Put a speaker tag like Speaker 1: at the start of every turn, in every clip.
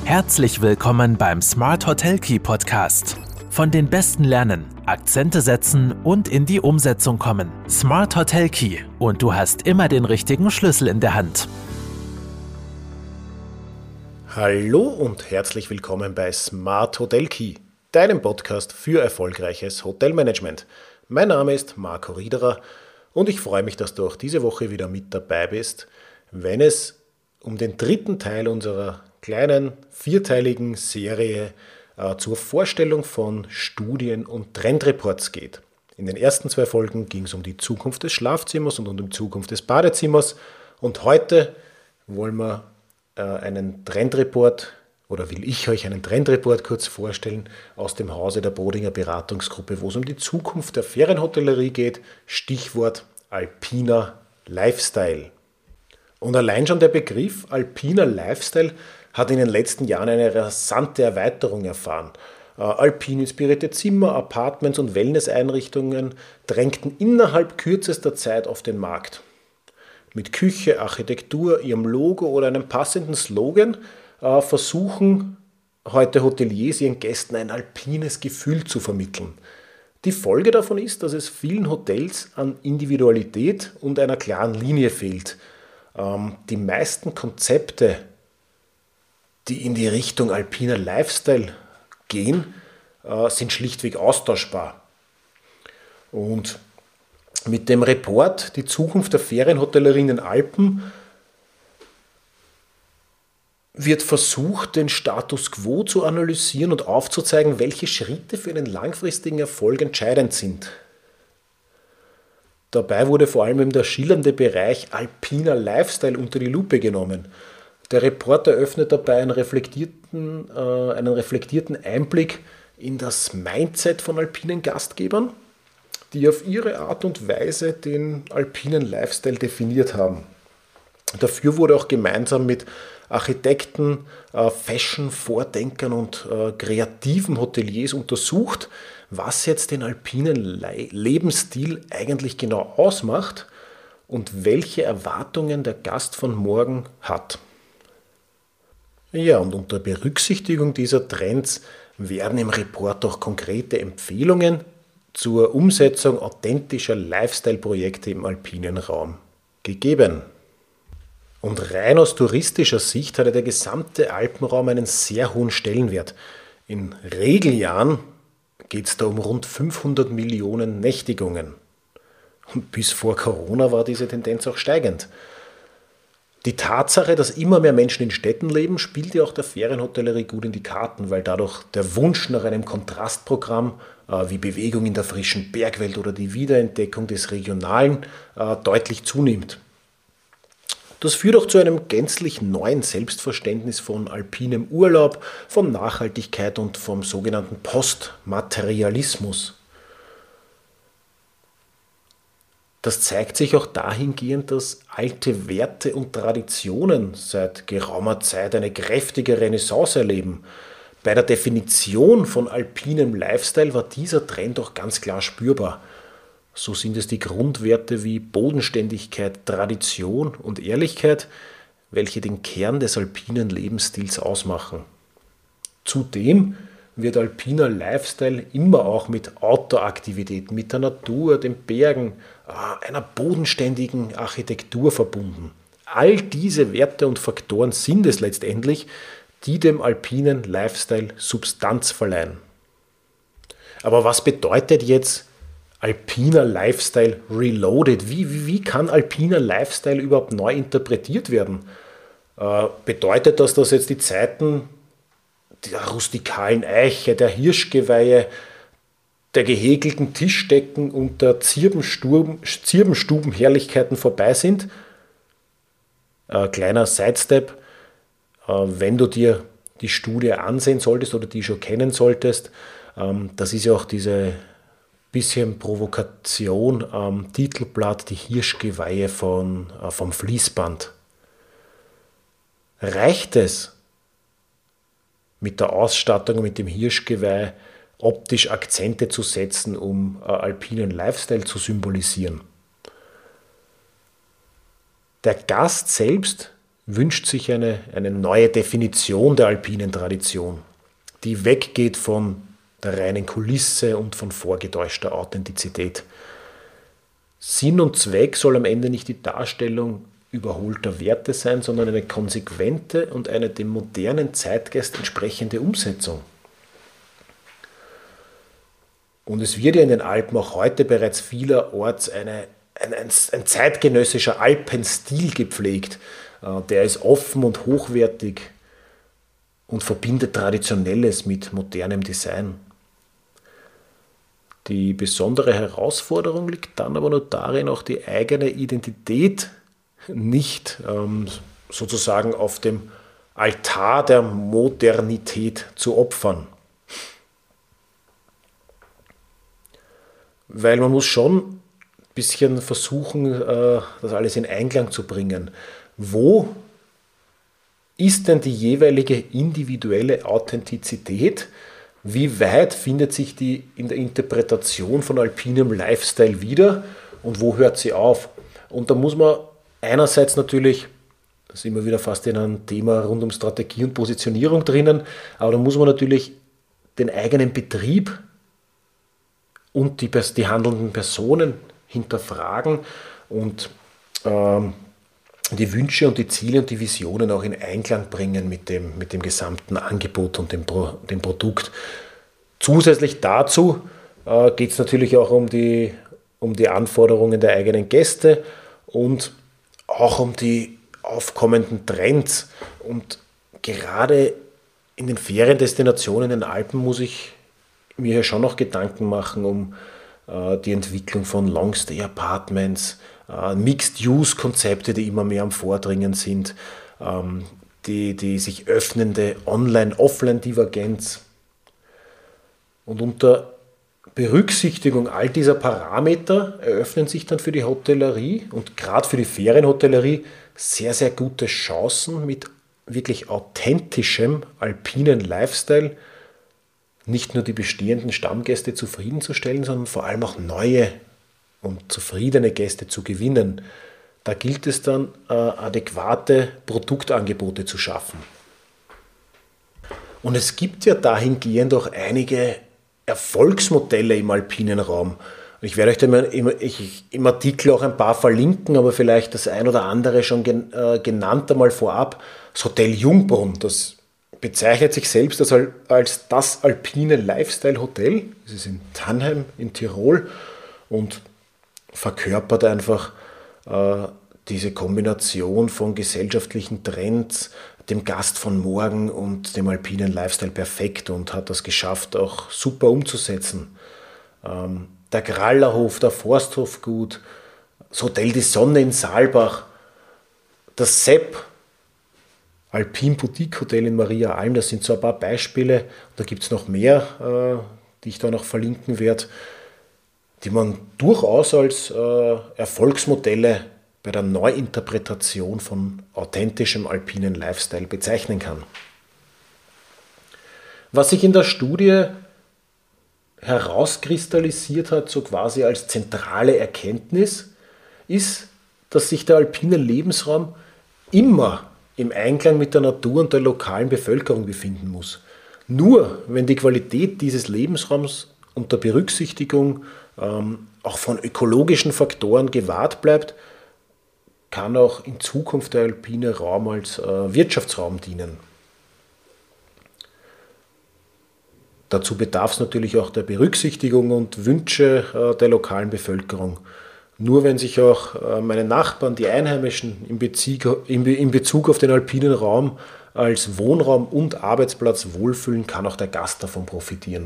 Speaker 1: Herzlich willkommen beim Smart Hotel Key Podcast. Von den Besten lernen, Akzente setzen und in die Umsetzung kommen. Smart Hotel Key und du hast immer den richtigen Schlüssel in der Hand.
Speaker 2: Hallo und herzlich willkommen bei Smart Hotel Key, deinem Podcast für erfolgreiches Hotelmanagement. Mein Name ist Marco Riederer und ich freue mich, dass du auch diese Woche wieder mit dabei bist, wenn es um den dritten Teil unserer kleinen vierteiligen Serie zur Vorstellung von Studien und Trendreports geht. In den ersten 2 Folgen ging es um die Zukunft des Schlafzimmers und um die Zukunft des Badezimmers und heute wollen wir will ich euch einen Trendreport kurz vorstellen aus dem Hause der Bodinger Beratungsgruppe, wo es um die Zukunft der Ferienhotellerie geht, Stichwort alpiner Lifestyle. Und allein schon der Begriff alpiner Lifestyle hat in den letzten Jahren eine rasante Erweiterung erfahren. Alpin inspirierte Zimmer, Apartments und Wellnesseinrichtungen drängten innerhalb kürzester Zeit auf den Markt. Mit Küche, Architektur, ihrem Logo oder einem passenden Slogan versuchen heute Hoteliers ihren Gästen ein alpines Gefühl zu vermitteln. Die Folge davon ist, dass es vielen Hotels an Individualität und einer klaren Linie fehlt. Die meisten Konzepte, die in die Richtung alpiner Lifestyle gehen, sind schlichtweg austauschbar. Und mit dem Report Die Zukunft der Ferienhotellerie in den Alpen wird versucht, den Status quo zu analysieren und aufzuzeigen, welche Schritte für einen langfristigen Erfolg entscheidend sind. Dabei wurde vor allem der schillernde Bereich alpiner Lifestyle unter die Lupe genommen. Der Report eröffnet dabei einen reflektierten Einblick in das Mindset von alpinen Gastgebern, die auf ihre Art und Weise den alpinen Lifestyle definiert haben. Dafür wurde auch gemeinsam mit Architekten, Fashion-Vordenkern und kreativen Hoteliers untersucht, was jetzt den alpinen Lebensstil eigentlich genau ausmacht und welche Erwartungen der Gast von morgen hat. Ja, und unter Berücksichtigung dieser Trends werden im Report auch konkrete Empfehlungen zur Umsetzung authentischer Lifestyle-Projekte im alpinen Raum gegeben. Und rein aus touristischer Sicht hatte der gesamte Alpenraum einen sehr hohen Stellenwert. In Regeljahren geht es da um rund 500 Millionen Nächtigungen. Und bis vor Corona war diese Tendenz auch steigend. Die Tatsache, dass immer mehr Menschen in Städten leben, spielt ja auch der Ferienhotellerie gut in die Karten, weil dadurch der Wunsch nach einem Kontrastprogramm wie Bewegung in der frischen Bergwelt oder die Wiederentdeckung des Regionalen deutlich zunimmt. Das führt auch zu einem gänzlich neuen Selbstverständnis von alpinem Urlaub, von Nachhaltigkeit und vom sogenannten Postmaterialismus. Das zeigt sich auch dahingehend, dass alte Werte und Traditionen seit geraumer Zeit eine kräftige Renaissance erleben. Bei der Definition von alpinem Lifestyle war dieser Trend auch ganz klar spürbar. So sind es die Grundwerte wie Bodenständigkeit, Tradition und Ehrlichkeit, welche den Kern des alpinen Lebensstils ausmachen. Zudem wird alpiner Lifestyle immer auch mit Outdoor-Aktivitäten, mit der Natur, den Bergen, einer bodenständigen Architektur verbunden. All diese Werte und Faktoren sind es letztendlich, die dem alpinen Lifestyle Substanz verleihen. Aber was bedeutet jetzt alpiner Lifestyle Reloaded? Wie kann alpiner Lifestyle überhaupt neu interpretiert werden? Bedeutet das, dass jetzt die Zeiten der rustikalen Eiche, der Hirschgeweihe, der gehäkelten Tischdecken und der Zirbenstubenherrlichkeiten vorbei sind? Kleiner Sidestep, wenn du dir die Studie ansehen solltest oder die schon kennen solltest, das ist ja auch diese bisschen Provokation am Titelblatt, die Hirschgeweihe vom Fließband. Reicht es, mit der Ausstattung, mit dem Hirschgeweih optisch Akzente zu setzen, um alpinen Lifestyle zu symbolisieren? Der Gast selbst wünscht sich eine neue Definition der alpinen Tradition, die weggeht von der reinen Kulisse und von vorgetäuschter Authentizität. Sinn und Zweck soll am Ende nicht die Darstellung überholter Werte sein, sondern eine konsequente und eine dem modernen Zeitgeist entsprechende Umsetzung. Und es wird ja in den Alpen auch heute bereits vielerorts ein zeitgenössischer Alpenstil gepflegt. Der ist offen und hochwertig und verbindet Traditionelles mit modernem Design. Die besondere Herausforderung liegt dann aber nur darin, auch die eigene Identität nicht sozusagen auf dem Altar der Modernität zu opfern. Weil man muss schon ein bisschen versuchen, das alles in Einklang zu bringen. Wo ist denn die jeweilige individuelle Authentizität? Wie weit findet sich die in der Interpretation von alpinem Lifestyle wieder und wo hört sie auf? Und da muss man einerseits natürlich, da sind wir wieder fast in einem Thema rund um Strategie und Positionierung drinnen, aber da muss man natürlich den eigenen Betrieb und die handelnden Personen hinterfragen und die Wünsche und die Ziele und die Visionen auch in Einklang bringen mit dem gesamten Angebot und dem Produkt. Zusätzlich dazu geht es natürlich auch um die Anforderungen der eigenen Gäste und auch um die aufkommenden Trends. Und gerade in den Feriendestinationen in den Alpen muss ich mir ja schon noch Gedanken machen um die Entwicklung von Long-Stay-Apartments, Mixed-Use-Konzepte, die immer mehr am Vordringen sind, die sich öffnende Online-Offline-Divergenz. Und unter Berücksichtigung all dieser Parameter eröffnen sich dann für die Hotellerie und gerade für die Ferienhotellerie sehr, sehr gute Chancen mit wirklich authentischem alpinen Lifestyle nicht nur die bestehenden Stammgäste zufriedenzustellen, sondern vor allem auch neue und zufriedene Gäste zu gewinnen. Da gilt es dann, adäquate Produktangebote zu schaffen. Und es gibt ja dahingehend auch einige Erfolgsmodelle im alpinen Raum. Ich werde euch da im Artikel auch ein paar verlinken, aber vielleicht das ein oder andere schon genannt einmal vorab. Das Hotel Jungbrunn, das bezeichnet sich selbst als das alpine Lifestyle-Hotel. Es ist in Tannheim in Tirol und verkörpert einfach diese Kombination von gesellschaftlichen Trends, dem Gast von morgen und dem alpinen Lifestyle perfekt und hat das geschafft, auch super umzusetzen. Der Grallerhof, der Forsthofgut, das Hotel Die Sonne in Saalbach, das Sepp, Alpin Boutique Hotel in Maria Alm, das sind so ein paar Beispiele. Da gibt es noch mehr, die ich da noch verlinken werde, die man durchaus als Erfolgsmodelle bei der Neuinterpretation von authentischem alpinen Lifestyle bezeichnen kann. Was sich in der Studie herauskristallisiert hat, so quasi als zentrale Erkenntnis, ist, dass sich der alpine Lebensraum immer im Einklang mit der Natur und der lokalen Bevölkerung befinden muss. Nur wenn die Qualität dieses Lebensraums unter Berücksichtigung auch von ökologischen Faktoren gewahrt bleibt, kann auch in Zukunft der alpine Raum als Wirtschaftsraum dienen. Dazu bedarf es natürlich auch der Berücksichtigung und Wünsche der lokalen Bevölkerung. Nur wenn sich auch meine Nachbarn, die Einheimischen, in Bezug auf den alpinen Raum als Wohnraum und Arbeitsplatz wohlfühlen, kann auch der Gast davon profitieren.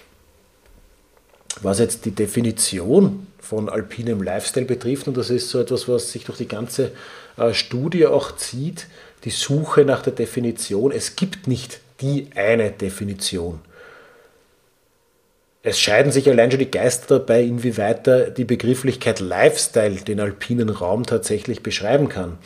Speaker 2: Was jetzt die Definition von alpinem Lifestyle betrifft, und das ist so etwas, was sich durch die ganze Studie auch zieht, die Suche nach der Definition. Es gibt nicht die eine Definition. Es scheiden sich allein schon die Geister dabei, inwieweit die Begrifflichkeit Lifestyle den alpinen Raum tatsächlich beschreiben kann.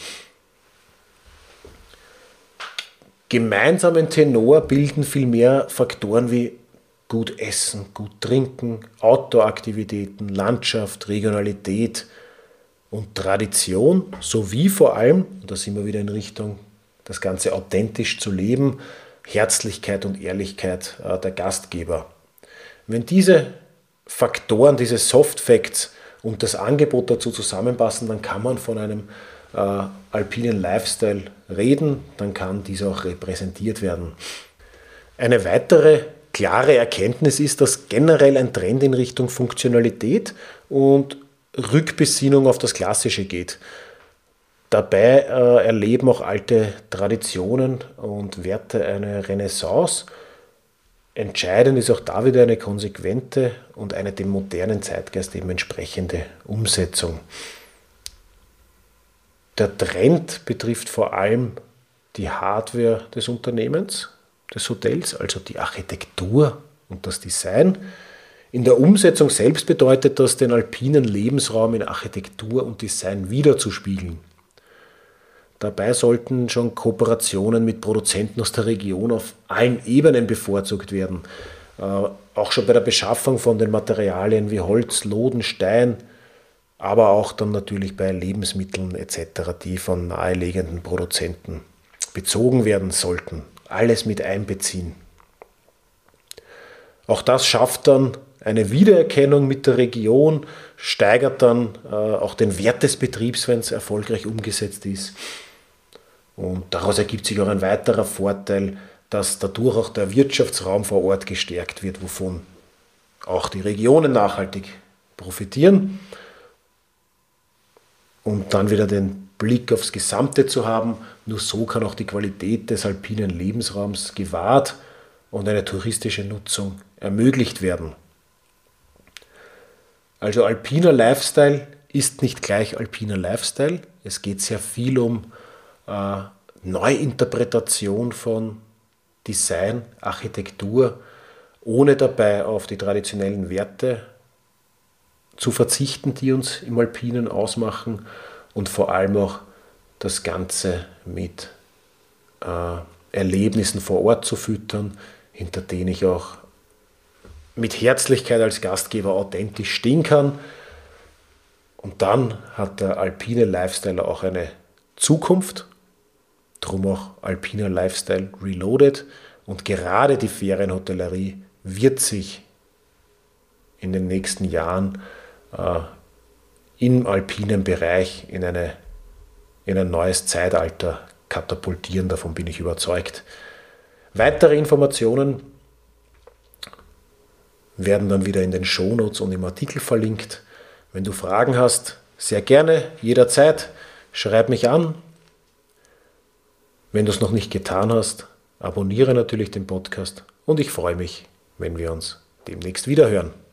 Speaker 2: Gemeinsamen Tenor bilden vielmehr Faktoren wie gut essen, gut trinken, Outdoor-Aktivitäten, Landschaft, Regionalität, und Tradition sowie vor allem, und da sind wir wieder in Richtung, das Ganze authentisch zu leben, Herzlichkeit und Ehrlichkeit der Gastgeber. Wenn diese Faktoren, diese Soft Facts und das Angebot dazu zusammenpassen, dann kann man von einem alpinen Lifestyle reden, dann kann dieser auch repräsentiert werden. Eine weitere klare Erkenntnis ist, dass generell ein Trend in Richtung Funktionalität und Rückbesinnung auf das Klassische geht. Dabei erleben auch alte Traditionen und Werte eine Renaissance. Entscheidend ist auch da wieder eine konsequente und eine dem modernen Zeitgeist eben entsprechende Umsetzung. Der Trend betrifft vor allem die Hardware des Unternehmens, des Hotels, also die Architektur und das Design. In der Umsetzung selbst bedeutet das, den alpinen Lebensraum in Architektur und Design wiederzuspiegeln. Dabei sollten schon Kooperationen mit Produzenten aus der Region auf allen Ebenen bevorzugt werden. Auch schon bei der Beschaffung von den Materialien wie Holz, Loden, Stein, aber auch dann natürlich bei Lebensmitteln etc., die von naheliegenden Produzenten bezogen werden sollten. Alles mit einbeziehen. Auch das schafft dann eine Wiedererkennung mit der Region, steigert dann auch den Wert des Betriebs, wenn es erfolgreich umgesetzt ist. Und daraus ergibt sich auch ein weiterer Vorteil, dass dadurch auch der Wirtschaftsraum vor Ort gestärkt wird, wovon auch die Regionen nachhaltig profitieren. Und dann wieder den Blick aufs Gesamte zu haben, nur so kann auch die Qualität des alpinen Lebensraums gewahrt und eine touristische Nutzung ermöglicht werden. Also alpiner Lifestyle ist nicht gleich alpiner Lifestyle. Es geht sehr viel um Neuinterpretation von Design, Architektur, ohne dabei auf die traditionellen Werte zu verzichten, die uns im Alpinen ausmachen, und vor allem auch das Ganze mit Erlebnissen vor Ort zu füttern, hinter denen ich auch mit Herzlichkeit als Gastgeber authentisch stehen kann. Und dann hat der alpine Lifestyle auch eine Zukunft, drum auch alpiner Lifestyle Reloaded, und gerade die Ferienhotellerie wird sich in den nächsten Jahren im alpinen Bereich in ein neues Zeitalter katapultieren, davon bin ich überzeugt. Weitere Informationen werden dann wieder in den Shownotes und im Artikel verlinkt. Wenn du Fragen hast, sehr gerne, jederzeit, schreib mich an. Wenn du es noch nicht getan hast, abonniere natürlich den Podcast und ich freue mich, wenn wir uns demnächst wieder hören.